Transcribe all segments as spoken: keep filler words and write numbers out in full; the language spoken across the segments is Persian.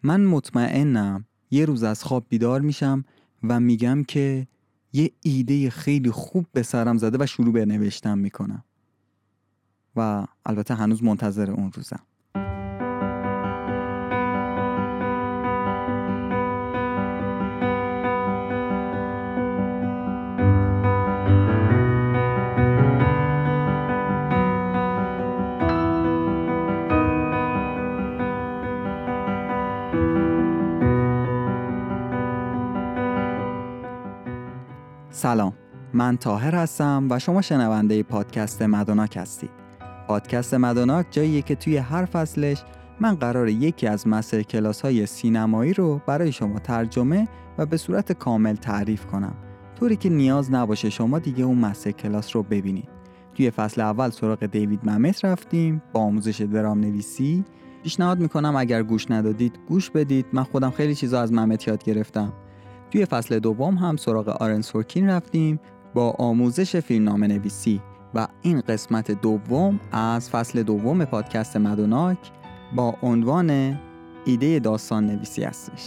من مطمئنم یه روز از خواب بیدار میشم و میگم که یه ایده خیلی خوب به سرم زده و شروع به نوشتن میکنم و البته هنوز منتظر اون روزم. سلام، من طاهر هستم و شما شنونده پادکست مدوناک هستید. پادکست مدوناک جاییه که توی هر فصلش من قراره یکی از مستر کلاس های سینمایی رو برای شما ترجمه و به صورت کامل تعریف کنم، طوری که نیاز نباشه شما دیگه اون مستر کلاس رو ببینید. توی فصل اول سراغ دیوید ممت رفتیم با آموزش درام نویسی. پیشنهاد میکنم اگر گوش ندادید گوش بدید، من خودم خیلی چیزا از ممت یاد گرفتم. توی فصل دوم هم سراغ آرن سورکین رفتیم با آموزش فیلمنامه نویسی و این قسمت دوم از فصل دوم پادکست مدوناک با عنوان ایده داستان نویسی هستش.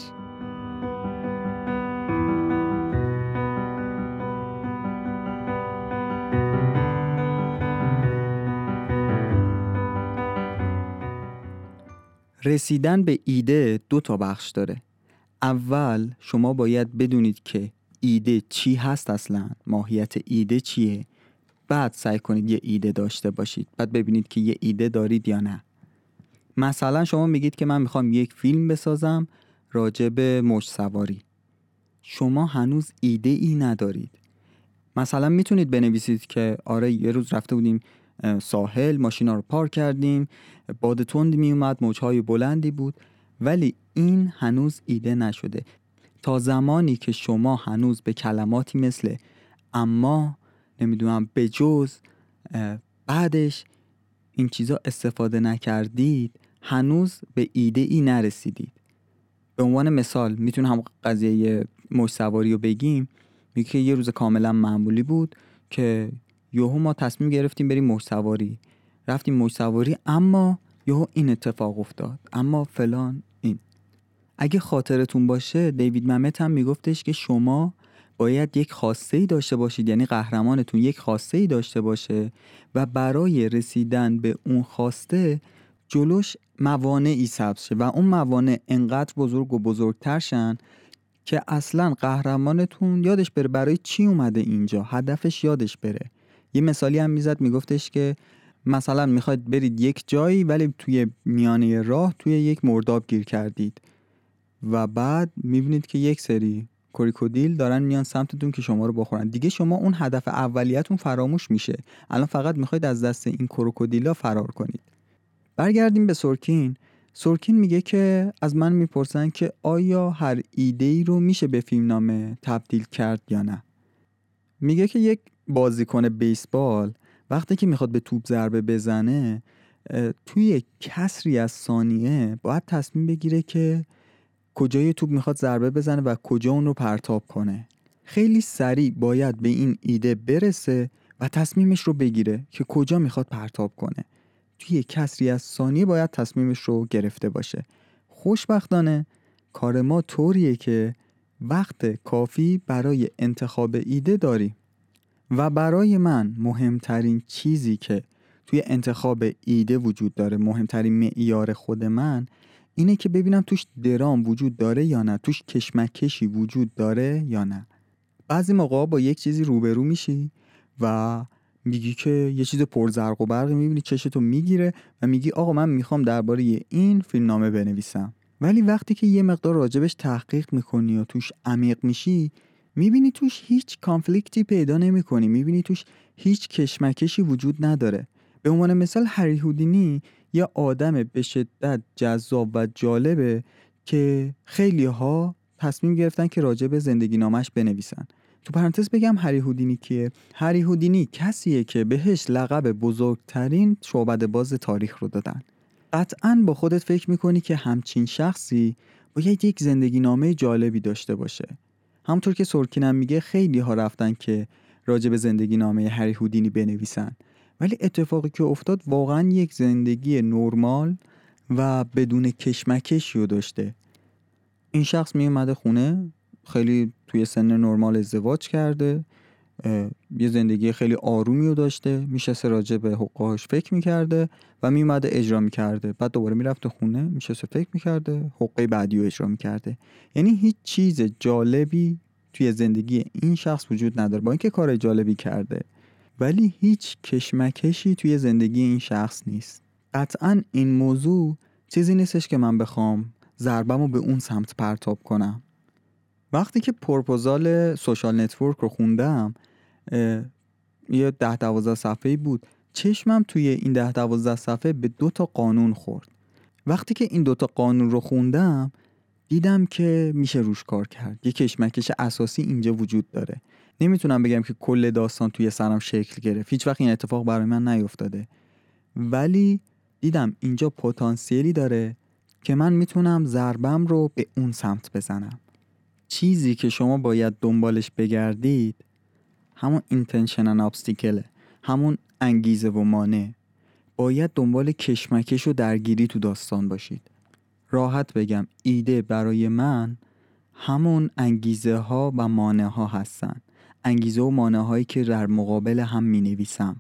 رسیدن به ایده دو تا بخش داره. اول شما باید بدونید که ایده چی هست اصلا، ماهیت ایده چیه. بعد سعی کنید یه ایده داشته باشید، بعد ببینید که یه ایده دارید یا نه. مثلا شما میگید که من میخوام یک فیلم بسازم راجع به موج سواری. شما هنوز ایده ای ندارید. مثلا میتونید بنویسید که آره یه روز رفته بودیم ساحل، ماشینا رو پارک کردیم، باد تند میومد، موجهای بلندی بود، ولی این هنوز ایده نشده. تا زمانی که شما هنوز به کلماتی مثل اما، نمیدونم، بجز، بعدش این چیزا استفاده نکردید، هنوز به ایده ای نرسیدید. به عنوان مثال میتونم هم قضیه موج سواری رو بگیم. میگه که یه روز کاملا معمولی بود که یهو ما تصمیم گرفتیم بریم موج سواری. رفتیم موج سواری، اما یهو این اتفاق افتاد، اما فلان این. اگه خاطرتون باشه دیوید ممت هم میگفتش که شما باید یک خواسته‌ای داشته باشید، یعنی قهرمانتون یک خواسته‌ای داشته باشه و برای رسیدن به اون خواسته جلوش موانعی سبز شه و اون موانع انقدر بزرگ و بزرگتر شن که اصلا قهرمانتون یادش بره برای چی اومده اینجا، هدفش یادش بره. یه مثالی هم میزد، میگفتش که مثلا میخواید برید یک جایی ولی توی میانه راه توی یک مرداب گیر کردید و بعد میبینید که یک سری کریکودیل دارن میان سمتتون که شما رو بخورن. دیگه شما اون هدف اولیتون فراموش میشه. الان فقط میخواید از دست این کروکودیلا فرار کنید. برگردیم به سورکین. سورکین میگه که از من میپرسن که آیا هر ایده‌ای رو میشه به فیلمنامه تبدیل کرد یا نه. میگه که یک بازیکن بیسبال وقتی که میخواد به توپ ضربه بزنه، توی کسری از ثانیه باید تصمیم بگیره که کجای توپ میخواد ضربه بزنه و کجا اون رو پرتاب کنه. خیلی سریع باید به این ایده برسه و تصمیمش رو بگیره که کجا میخواد پرتاب کنه. توی کسری از ثانیه باید تصمیمش رو گرفته باشه. خوشبختانه کار ما طوریه که وقت کافی برای انتخاب ایده داریم و برای من مهمترین چیزی که توی انتخاب ایده وجود داره، مهمترین معیار خود من اینه که ببینم توش درام وجود داره یا نه، توش کشمکشی وجود داره یا نه. بعضی موقع با یک چیزی روبرو میشی و میگی که یه چیز پرزرق و برقی میبینی چشتو میگیره و میگی آقا من میخوام درباره این فیلمنامه بنویسم. ولی وقتی که یه مقدار راجبش تحقیق میکنی و توش عمیق میشی، میبینی توش هیچ کانفلیکتی پیدا نمیکنی، میبینی توش هیچ کشمکشی وجود نداره. به عنوان مثال هری هودینی یه آدم به شدت جذاب و جالبه که خیلی ها تصمیم گرفتن که راجع به زندگی نامش بنویسن. تو پرانتز بگم هری هودینی کیه؟ هری هودینی کسیه که بهش لقب بزرگترین شعبده باز تاریخ رو دادن. قطعاً با خودت فکر میکنی که همچین شخصی باید یک زندگی نامه جالبی داشته باشه. همونطور که سورکین هم میگه خیلی ها رفتن که راجع به زندگی نامه هری هودینی بنویسن، ولی اتفاقی که افتاد واقعاً یک زندگی نرمال و بدون کشمکشی رو داشته. این شخص می اومده خونه، خیلی توی سن نرمال ازدواج کرده، یه زندگی خیلی آرومی رو داشته، میشسته راجع به حقوقش فکر میکرده و میومده اجرا میکرده. بعد دوباره میرفته خونه، میشسته فکر میکرده، حقوق بعدی رو اجرا میکرده. یعنی هیچ چیز جالبی توی زندگی این شخص وجود نداره، با اینکه کار جالبی کرده ولی هیچ کشمکشی توی زندگی این شخص نیست. قطعاً این موضوع چیزی نیستش که من بخوام ضربمو به اون سمت پرتاب کنم. وقتی که پروپوزال سوشال نتورک رو خوندم، یه ده دوازده صفحه‌ای بود، چشمم توی این ده دوازده صفحه به دو تا قانون خورد. وقتی که این دو تا قانون رو خوندم دیدم که میشه روش کار کرد. یه کشمکش اساسی اینجا وجود داره. نمیتونم بگم که کل داستان توی سرم شکل گرفت، هیچ وقت این اتفاق برای من نیفتاده، ولی دیدم اینجا پتانسیلی داره که من میتونم ضربم رو به اون سمت بزنم. چیزی که شما باید دنبالش بگردید همون intention and obstacle، همون انگیزه و مانع. باید دنبال کشمکش و درگیری تو داستان باشید. راحت بگم ایده برای من همون انگیزه ها و مانع ها هستن. انگیزه و مانع هایی که در مقابل هم می نویسم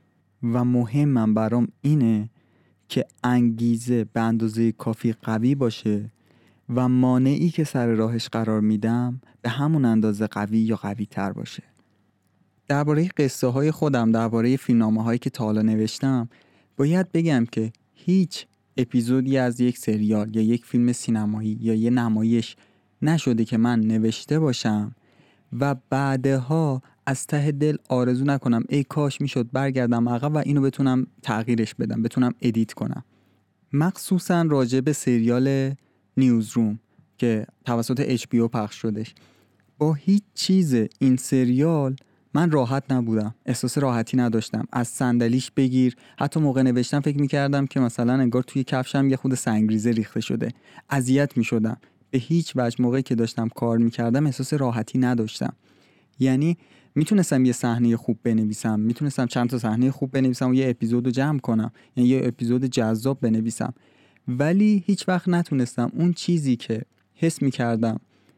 و مهمم برام اینه که انگیزه به اندازه کافی قوی باشه و مانعی که سر راهش قرار میدم به همون اندازه قوی یا قوی تر باشه. درباره قصه های خودم، درباره فیلمنامه هایی که تا حالا نوشتم، باید بگم که هیچ اپیزودی از یک سریال یا یک فیلم سینمایی یا یه نمایش نشده که من نوشته باشم و بعدها از ته دل آرزو نکنم ای کاش میشد برگردم عقب و اینو بتونم تغییرش بدم، بتونم ادیت کنم. مخصوصا راجع به سریال نیوزروم که توسط اچ بی او پخش شدش. با هیچ چیز این سریال من راحت نبودم، احساس راحتی نداشتم. از صندلیش بگیر، حتی موقع نوشتم فکر میکردم که مثلا انگار توی کفشم یه خود سنگریزه ریخته شده، اذیت میشدم. به هیچ وجه موقعی که داشتم کار میکردم احساس راحتی نداشتم. یعنی میتونستم یه صحنه خوب بنویسم، میتونستم چند تا صحنه خوب بنویسم و یه اپیزودو جمع کنم، یعنی یه اپیزود جذاب بنویسم، ولی هیچ وقت نتونستم اون چیزی که حس میکردم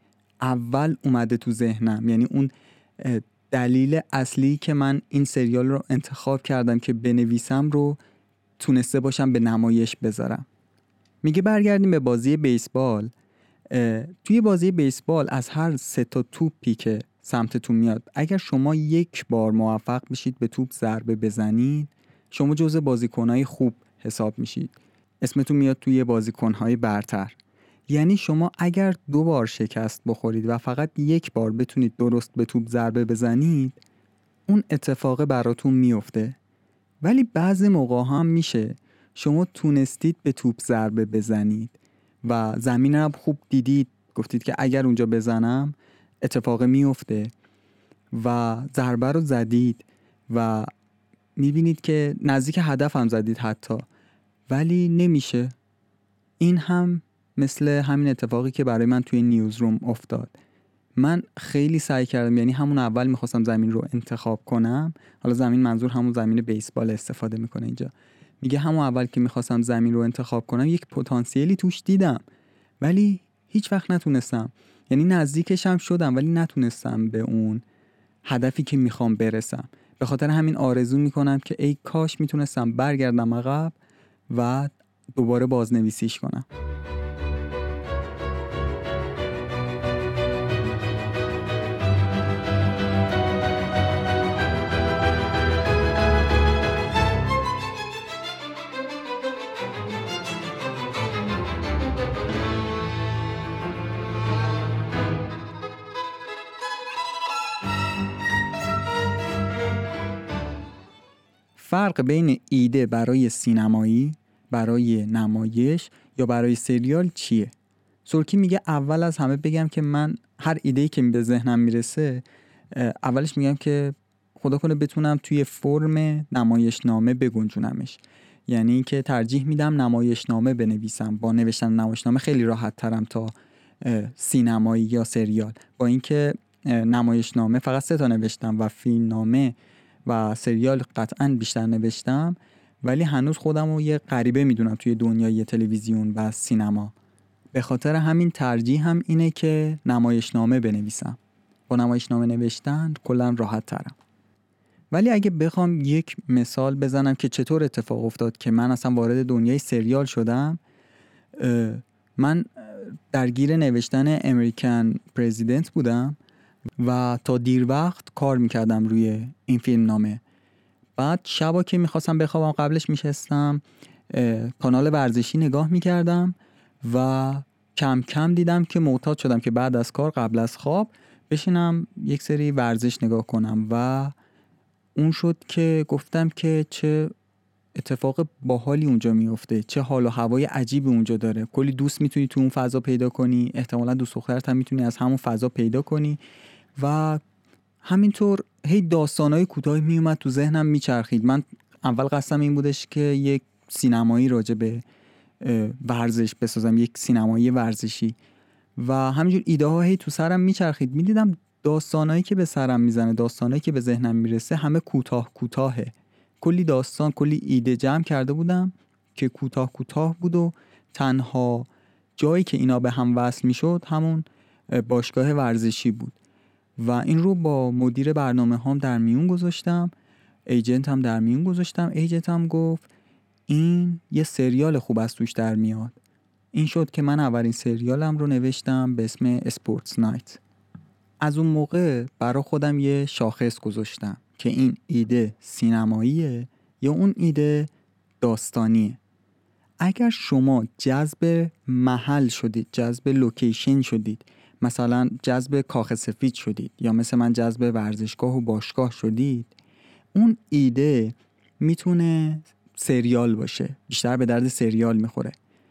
اول اومده تو ذهنم، یعنی اون دلیل اصلی که من این سریال رو انتخاب کردم که بنویسم رو تونسته باشم به نمایش بذارم. میگه برگردیم به بازی بیسبال. توی بازی بیسبال از هر سه تا توپی که سمتتون میاد، اگر شما یک بار موفق بشید به توپ ضربه بزنید، شما جزو بازیکنهای خوب حساب میشید، اسمتون میاد توی بازیکنهای برتر. یعنی شما اگر دو بار شکست بخورید و فقط یک بار بتونید درست به توپ ضربه بزنید، اون اتفاق براتون میفته. ولی بعضی موقع هم میشه شما تونستید به توپ ضربه بزنید و زمین رو خوب دیدید، گفتید که اگر اونجا بزنم اتفاق میفته و ضربه رو زدید و میبینید که نزدیک هدف هم زدید حتی، ولی نمیشه. این هم مثل همین اتفاقی که برای من توی نیوزروم افتاد. من خیلی سعی کردم، یعنی همون اول میخواستم زمین رو انتخاب کنم. حالا زمین منظور همون زمین بیسبال استفاده میکنه اینجا. میگه همون اول که میخواستم زمین رو انتخاب کنم یک پتانسیلی توش دیدم، ولی هیچ وقت نتونستم. یعنی نزدیکش هم شدم ولی نتونستم به اون هدفی که میخوام برسم. به خاطر همین آرزو میکنم که ای کاش میتونستم برگردم عقب و دوباره بازنویسیش کنم. فرق بین ایده برای سینمایی، برای نمایش یا برای سریال چیه؟ سورکی میگه اول از همه بگم که من هر ایده‌ای که به ذهنم میرسه اولش میگم که خدا کنه بتونم توی فرم نمایشنامه بگنجونمش. یعنی که ترجیح میدم نمایشنامه بنویسم. با نوشتن نمایشنامه خیلی راحت ترم تا سینمایی یا سریال. با اینکه نمایشنامه فقط سه تا نوشتم و فیلمنامه و سریال قطعاً بیشتر نوشتم، ولی هنوز خودم رو یه غریبه میدونم توی دنیای تلویزیون و سینما. به خاطر همین ترجیح هم اینه که نمایشنامه بنویسم. با نمایشنامه نوشتن کلا راحت ترم. ولی اگه بخوام یک مثال بزنم که چطور اتفاق افتاد که من اصلا وارد دنیای سریال شدم، من درگیر نوشتن امریکن پرزیدنت بودم و تا دیر وقت کار میکردم روی این فیلم نامه. بعد شبا که میخواستم بخوابم قبلش میشستم کانال ورزشی نگاه میکردم و کم کم دیدم که معتاد شدم که بعد از کار قبل از خواب بشینم یک سری ورزش نگاه کنم و اون شد که گفتم که چه اتفاق باحالی اونجا میفته، چه حال و هوای عجیبی اونجا داره، کلی دوست میتونی تو اون فضا پیدا کنی، احتمالاً دوست دخترت هم میتونی از همون فضا پیدا کنی و همینطور هی داستانای کوتاهی میومد تو ذهنم میچرخید. من اول قصدم این بودش که یک سینمایی راجع به ورزش بسازم، یک سینمایی ورزشی و همینجور ایده ها هی تو سرم میچرخید. میدیدم داستانایی که به سرم میزنه، داستانایی که به ذهنم میرسه همه کوتاه کوتاهه. کلی داستان، کلی ایده جمع کرده بودم که کوتاه کوتاه بود و تنها جایی که اینا به هم وصل میشد همون باشگاه ورزشی بود و این رو با مدیر برنامه هام در میون گذاشتم، ایجنت هم در میون گذاشتم. ایجنت هم گفت این یه سریال خوب از توش در میاد. این شد که من اولین سریالم رو نوشتم به اسم اسپورتس نایت. از اون موقع برای خودم یه شاخص گذاشتم که این ایده سینماییه یا اون ایده داستانیه. اگر شما جذب محل شدید، جذب لوکیشن شدید، مثلا جذب کاخ سفید شدید یا مثل من جذب ورزشگاه و باشگاه شدید، اون ایده میتونه سریال باشه، بیشتر به درد سریال میخوره.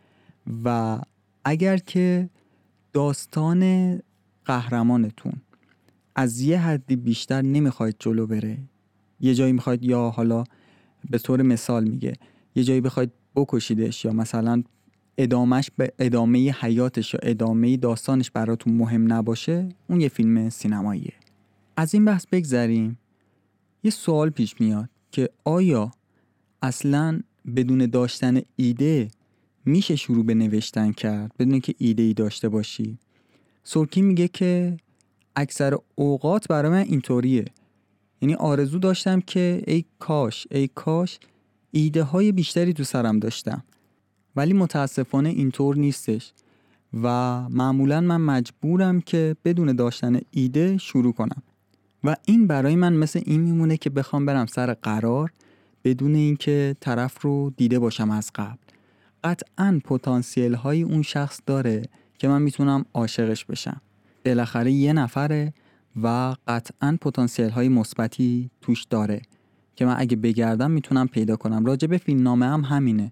و اگر که داستان قهرمانتون از یه حدی بیشتر نمیخواید جلو بره، یه جایی میخواید، یا حالا به طور مثال میگه یه جایی بخواید بکشیدش یا مثلا ادامش به ادامه حیاتش یا ادامه داستانش براتون مهم نباشه، اون یه فیلم سینماییه. از این بحث بگذریم. یه سوال پیش میاد که آیا اصلاً بدون داشتن ایده میشه شروع به نوشتن کرد بدون که ایده ای داشته باشی؟ سورکی میگه که اکثر اوقات برای من اینطوریه. یعنی آرزو داشتم که ای کاش ای کاش ایده های بیشتری تو سرم داشتم، ولی متاسفانه اینطور نیستش و معمولا من مجبورم که بدون داشتن ایده شروع کنم و این برای من مثل این میمونه که بخوام برم سر قرار بدون اینکه طرف رو دیده باشم از قبل. قطعاً پتانسیل های اون شخص داره که من میتونم عاشقش بشم، بالاخره یه نفره و قطعاً پتانسیل های مثبتی توش داره که من اگه بگردم میتونم پیدا کنم. راجع به فیلم نامه هم همینه.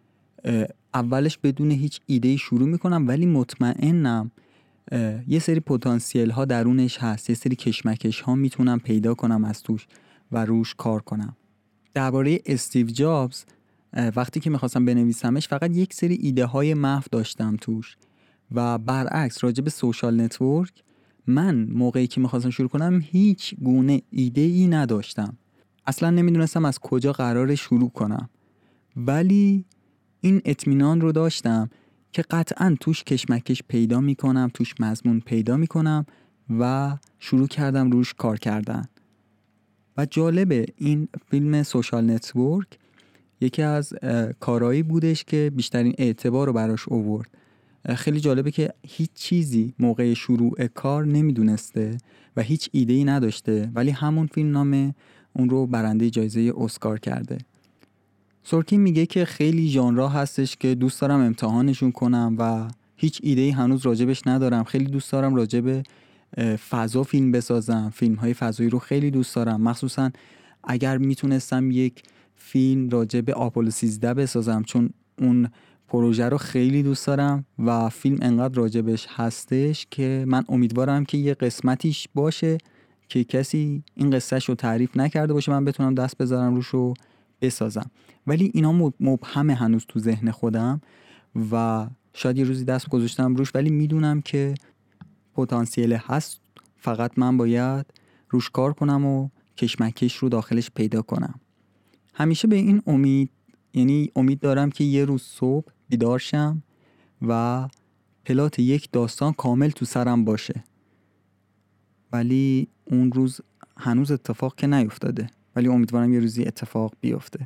اولش بدون هیچ ایده‌ای شروع میکنم ولی مطمئنم یه سری پتانسیل ها درونش هست، یه سری کشمکش ها میتونم پیدا کنم از توش و روش کار کنم. درباره استیو جابز وقتی که میخواستم بنویسمش فقط یک سری ایده های محو داشتم توش و برعکس راجع به سوشال نتورک من موقعی که میخواستم شروع کنم هیچ گونه ایده ای نداشتم، اصلا نمیدونستم از کجا قراره شروع کنم، ولی این اطمینان رو داشتم که قطعاً توش کشمکش پیدا میکنم، توش مضمون پیدا میکنم و شروع کردم روش کار کردن. و جالبه این فیلم سوشال نتورک یکی از کارهایی بودش که بیشترین اعتبار رو براش آورد. خیلی جالبه که هیچ چیزی موقع شروع کار نمیدونسته و هیچ ایده‌ای نداشته ولی همون فیلم نامه اون رو برنده جایزه اسکار کرده. سورکین میگه که خیلی ژانرها هستش که دوست دارم امتحانشون کنم و هیچ ایده‌ای هنوز راجبش ندارم. خیلی دوست دارم راجب فضا فیلم بسازم، فیلم‌های فضایی رو خیلی دوست دارم، مخصوصا اگر میتونستم یک فیلم راجب آپولو سیزده بسازم چون اون پروژه رو خیلی دوست دارم و فیلم انقدر راجبش هستش که من امیدوارم که یه قسمتیش باشه که کسی این قصهش رو تعریف نکرده باشه، من بتونم دست بذارم روش رو بسازم. ولی اینا مبهمه هنوز تو ذهن خودم و شاید یه روزی دست گذاشتم روش، ولی میدونم که پتانسیل هست، فقط من باید روش کار کنم و کشمکش رو داخلش پیدا کنم. همیشه به این امید، یعنی امید دارم که یه روز صبح بیدار شم و پلات یک داستان کامل تو سرم باشه. ولی اون روز هنوز اتفاق که نیفتاده، ولی امیدوارم یه روزی اتفاق بیفته.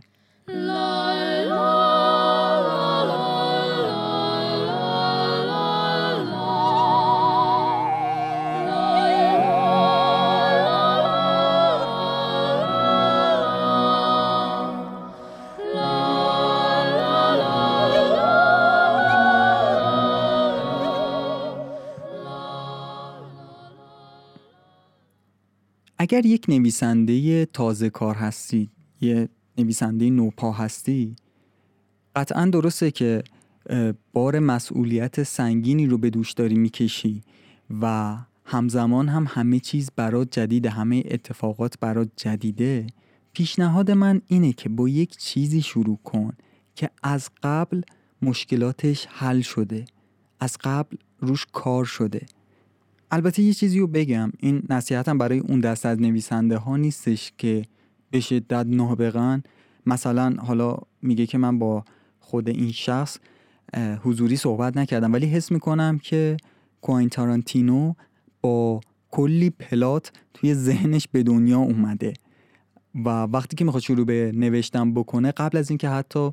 اگر یک نویسنده تازه کار هستی، یه نویسنده نوپا هستی، قطعاً درسته که بار مسئولیت سنگینی رو به دوش داری میکشی و همزمان هم همه چیز برات جدیده، همه اتفاقات برات جدیده. پیشنهاد من اینه که با یک چیزی شروع کن که از قبل مشکلاتش حل شده، از قبل روش کار شده. البته یه چیزی رو بگم، این نصیحتم برای اون دست از نویسنده ها نیستش که به شدت نابغه‌ن. مثلا حالا میگه که من با خود این شخص حضوری صحبت نکردم، ولی حس میکنم که کوئنتین تارانتینو با کلی پلات توی ذهنش به دنیا اومده و وقتی که میخواد شروع به نوشتن بکنه، قبل از اینکه حتی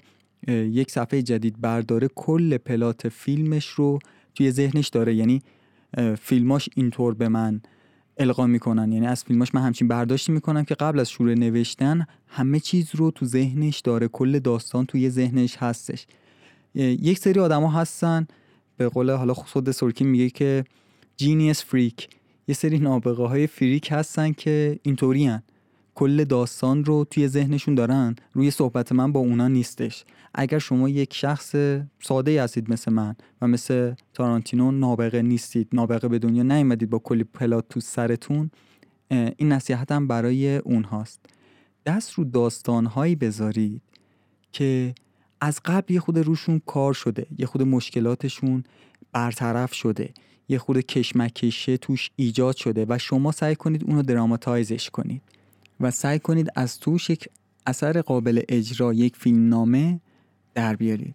یک صفحه جدید برداره، کل پلات فیلمش رو توی ذهنش داره. یعنی فیلماش اینطور به من القا میکنن، یعنی از فیلماش من همچین برداشتی میکنم که قبل از شروع نوشتن همه چیز رو تو ذهنش داره، کل داستان توی ذهنش هستش. یک سری آدم ها هستن، به قول حالا خود سورکین میگه که جینیس فریک، یه سری نابغه های فریک هستن که اینطوری هن، کل داستان رو توی ذهنشون دارن. روی صحبت من با اونا نیستش. اگر شما یک شخص ساده هستید مثل من و مثل تارانتینو نابغه نیستید، نابغه به دنیا نیومدید با کلی پلات تو سرتون، این نصیحتم برای اونهاست. دست رو داستانهایی بذارید که از قبل یه خود روشون کار شده، یه خود مشکلاتشون برطرف شده، یه خود کشمکشه توش ایجاد شده و شما سعی کنید اونو دراماتایزش کنید و سعی کنید از توش یک اثر قابل اجرا، یک فیلمنامه در بیارید.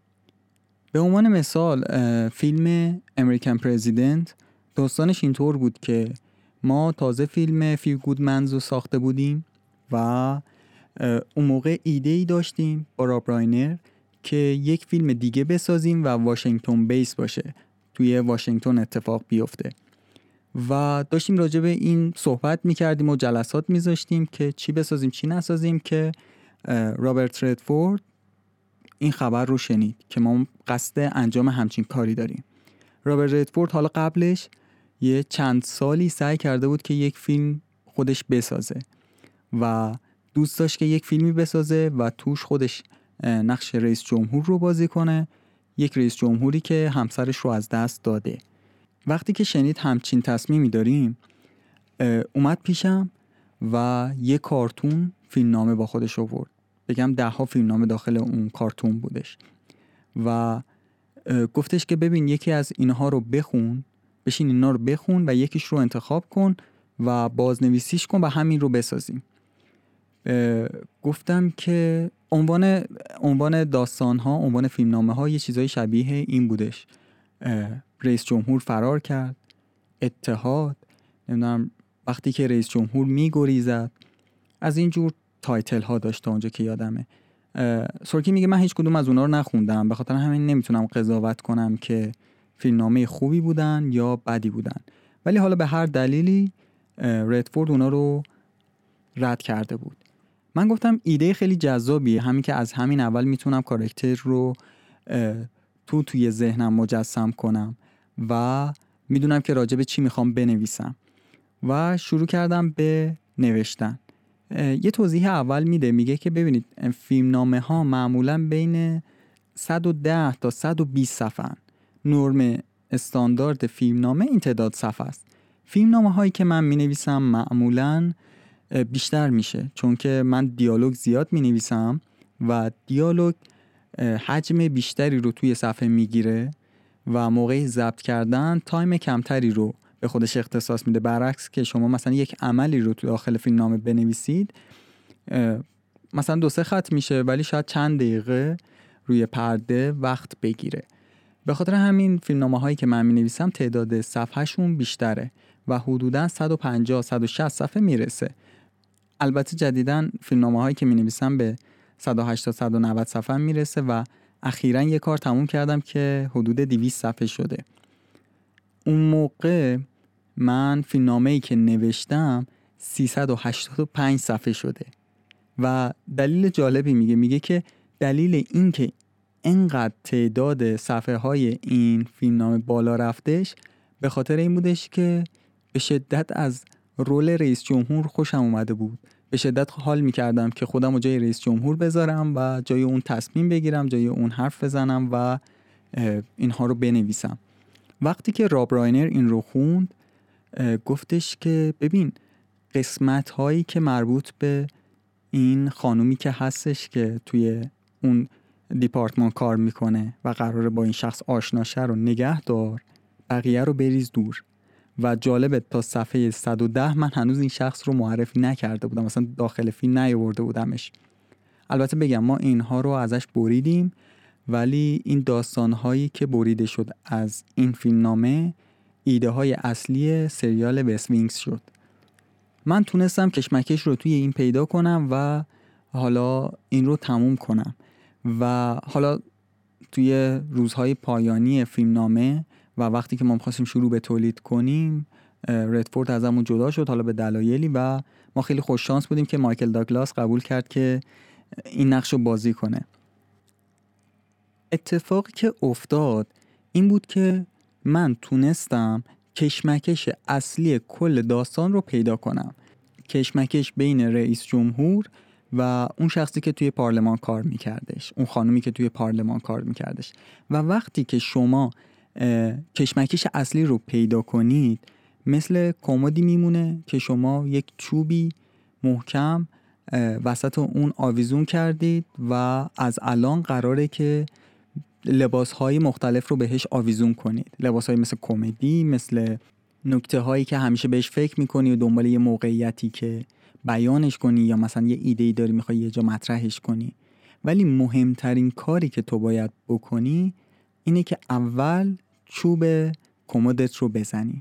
به عنوان مثال فیلم امریکن پرزیدنت داستانش اینطور بود که ما تازه فیلم فیو گود منز رو ساخته بودیم و اون موقع ایده‌ای داشتیم با راب راینر که یک فیلم دیگه بسازیم و واشنگتن بیس باشه، توی واشنگتن اتفاق بیفته و داشتیم راجع به این صحبت میکردیم و جلسات میذاشتیم که چی بسازیم چی نسازیم که رابرت ردفورد این خبر رو شنید که ما قصد انجام همچین کاری داریم. رابرت ردفورد حالا قبلش یه چند سالی سعی کرده بود که یک فیلم خودش بسازه و دوست داشت که یک فیلمی بسازه و توش خودش نقش رئیس جمهور رو بازی کنه، یک رئیس جمهوری که همسرش رو از دست داده. وقتی که شنید همچین تصمیمی داریم، اومد پیشم و یک کارتون فیلمنامه با خودش آورد. بگم ده ها فیلمنامه داخل اون کارتون بودش و گفتش که ببین یکی از اینها رو بخون، بشین اینا رو بخون و یکیش رو انتخاب کن و بازنویسیش کن و همین رو بسازیم. گفتم که عنوان عنوان داستان ها، عنوان فیلمنامه ها یه چیزای شبیه این بودش: رئیس جمهور فرار کرد، اتحاد، نمیدونم وقتی که رئیس جمهور میگریزد، از این جور تایتل ها داشته اونجا که یادمه. سورکی میگه من هیچ کدوم از اونا رو نخوندم، به خاطر همین نمیتونم قضاوت کنم که فیلمنامه خوبی بودن یا بدی بودن، ولی حالا به هر دلیلی ردفورد اونا رو رد کرده بود. من گفتم ایده خیلی جذابیه، همین که از همین اول میتونم کاراکتر رو تو توی ذهنم مجسم کنم و میدونم که راجع به چی میخوام بنویسم و شروع کردم به نوشتن. یه توضیح اول میده، میگه که ببینید فیلمنامه ها معمولا بین صد و ده تا صد و بیست صفحه. نرم استاندارد فیلمنامه این تعداد صفحه است. فیلمنامه هایی که من مینویسم معمولا بیشتر میشه، چون که من دیالوگ زیاد مینویسم و دیالوگ حجم بیشتری رو توی صفحه میگیره و موقع ضبط کردن تایم کمتری رو به خودش اختصاص میده، برعکس که شما مثلا یک عملی رو تو داخل فیلمنامه بنویسید مثلا دو سه خط میشه ولی شاید چند دقیقه روی پرده وقت بگیره به خاطر همین فیلمنامه هایی که من می نویسم تعداد صفحه‌شون بیشتره و حدوداً صد و پنجاه تا صد و شصت صفحه میرسه. البته جدیداً فیلمنامه هایی که می نویسم به صد و هشتاد تا صد و نود صفحه میرسه و اخیراً یه کار تموم کردم که حدود دویست صفحه شده. اون موقع من فیلمنامه‌ای که نوشتم سیصد و هشتاد و پنج صفحه شده و دلیل جالبی میگه میگه که دلیل این که اینقدر تعداد صفحه های این فیلمنامه بالا رفتش به خاطر این بودش که به شدت از رول رئیس جمهور خوشم اومده بود. به شدت حال میکردم که خودم رو جای رئیس جمهور بذارم و جای اون تصمیم بگیرم، جای اون حرف بزنم و اینها رو بنویسم. وقتی که راب راینر این رو خوند گفتش که ببین قسمت هایی که مربوط به این خانومی که هستش که توی اون دیپارتمان کار میکنه و قراره با این شخص آشنا شه رو نگه دار، بقیه رو بریز دور. و جالبه تا صفحه صد و ده من هنوز این شخص رو معرفی نکرده بودم، مثلا داخل فیلم نیاورده بودمش. البته بگم ما اینها رو ازش بریدیم، ولی این داستانهایی که بریده شد از این فیلمنامه ایده های اصلی سریال وست وینگز شد. من تونستم کشمکش رو توی این پیدا کنم و حالا این رو تموم کنم و حالا توی روزهای پایانی فیلمنامه و وقتی که ما می‌خواستیم شروع به تولید کنیم ردفورد ازمون جدا شد، حالا به دلایلی، و ما خیلی خوش شانس بودیم که مایکل داگلاس قبول کرد که این نقش رو بازی کنه. اتفاقی که افتاد این بود که من تونستم کشمکش اصلی کل داستان رو پیدا کنم. کشمکش بین رئیس جمهور و اون شخصی که توی پارلمان کار میکردش، اون خانومی که توی پارلمان کار میکردش. و وقتی که شما کشمکش اصلی رو پیدا کنید مثل کمدی میمونه که شما یک چوبی محکم وسط اون آویزون کردید و از الان قراره که لباسهای مختلف رو بهش آویزون کنید. لباسهای مثل کمدی، مثل نکته هایی که همیشه بهش فکر میکنی و دنبال یه موقعیتی که بیانش کنی یا مثلا یه ایده‌ای داری میخوای یه جا مطرحش کنی. ولی مهمترین کاری که تو باید بکنی اینه که اول چوب کمدت رو بزنی.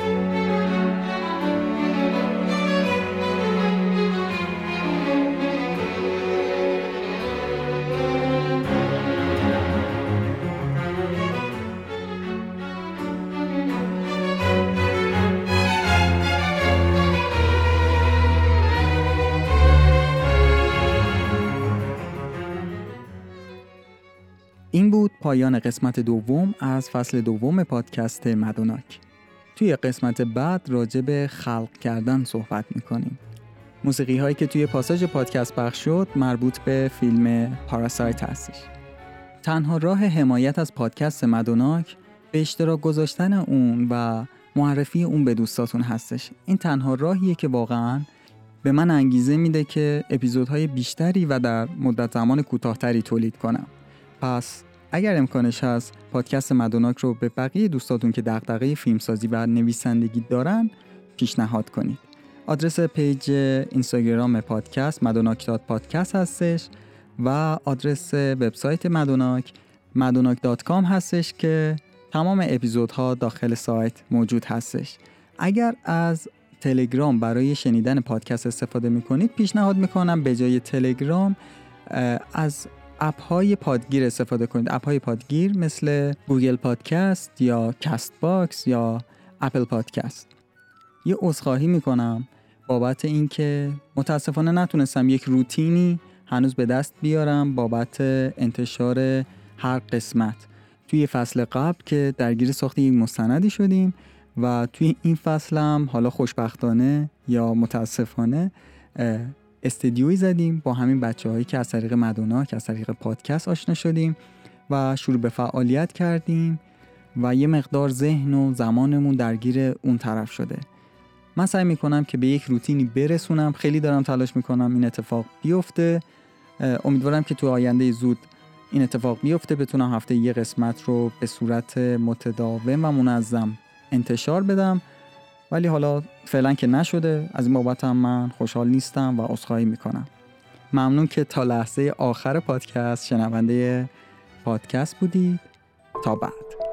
این بود پایان قسمت دوم از فصل دوم پادکست مدوناک. توی قسمت بعد راجع به خلق کردن صحبت میکنیم. موسیقی هایی که توی پاساژ پادکست پخش شد مربوط به فیلم پاراسایت هستش. تنها راه حمایت از پادکست مدوناک به اشتراک گذاشتن اون و معرفی اون به دوستاتون هستش. این تنها راهیه که واقعاً به من انگیزه میده که اپیزودهای بیشتری و در مدت زمان کوتاه‌تری تولید کنم. پس اگر امکانش هست پادکست مدوناک رو به بقیه دوستاتون که دغدغه فیلمسازی و نویسندگی دارن پیشنهاد کنید. آدرس پیج اینستاگرام پادکست مدوناک دات پادکست هستش و آدرس وبسایت مدوناک مدوناک دات کام هستش که تمام اپیزودها داخل سایت موجود هستش. اگر از تلگرام برای شنیدن پادکست استفاده میکنید پیشنهاد میکنم به جای تلگرام از اپ های پادگیر استفاده کنید. اپ های پادگیر مثل گوگل پادکست یا کست باکس یا اپل پادکست. یه عذرخواهی میکنم بابت این که متاسفانه نتونستم یک روتینی هنوز به دست بیارم بابت انتشار هر قسمت. توی فصل قبل که درگیر ساخت یک مستندی شدیم و توی این فصل هم حالا خوشبختانه یا متاسفانه استدیویی زدیم با همین بچه‌هایی که از طریق مدوناک از طریق پادکست آشنا شدیم و شروع به فعالیت کردیم و یه مقدار ذهن و زمانمون درگیر اون طرف شده. من سعی میکنم که به یک روتینی برسونم، خیلی دارم تلاش میکنم این اتفاق بیفته. امیدوارم که تو آینده زود این اتفاق بیفته، بتونم هفته یه قسمت رو به صورت متداوم و منظم انتشار بدم، ولی حالا فعلا که نشده. از این بابت هم من خوشحال نیستم و عذرخواهی میکنم. ممنون که تا لحظه آخر پادکست شنونده پادکست بودید. تا بعد.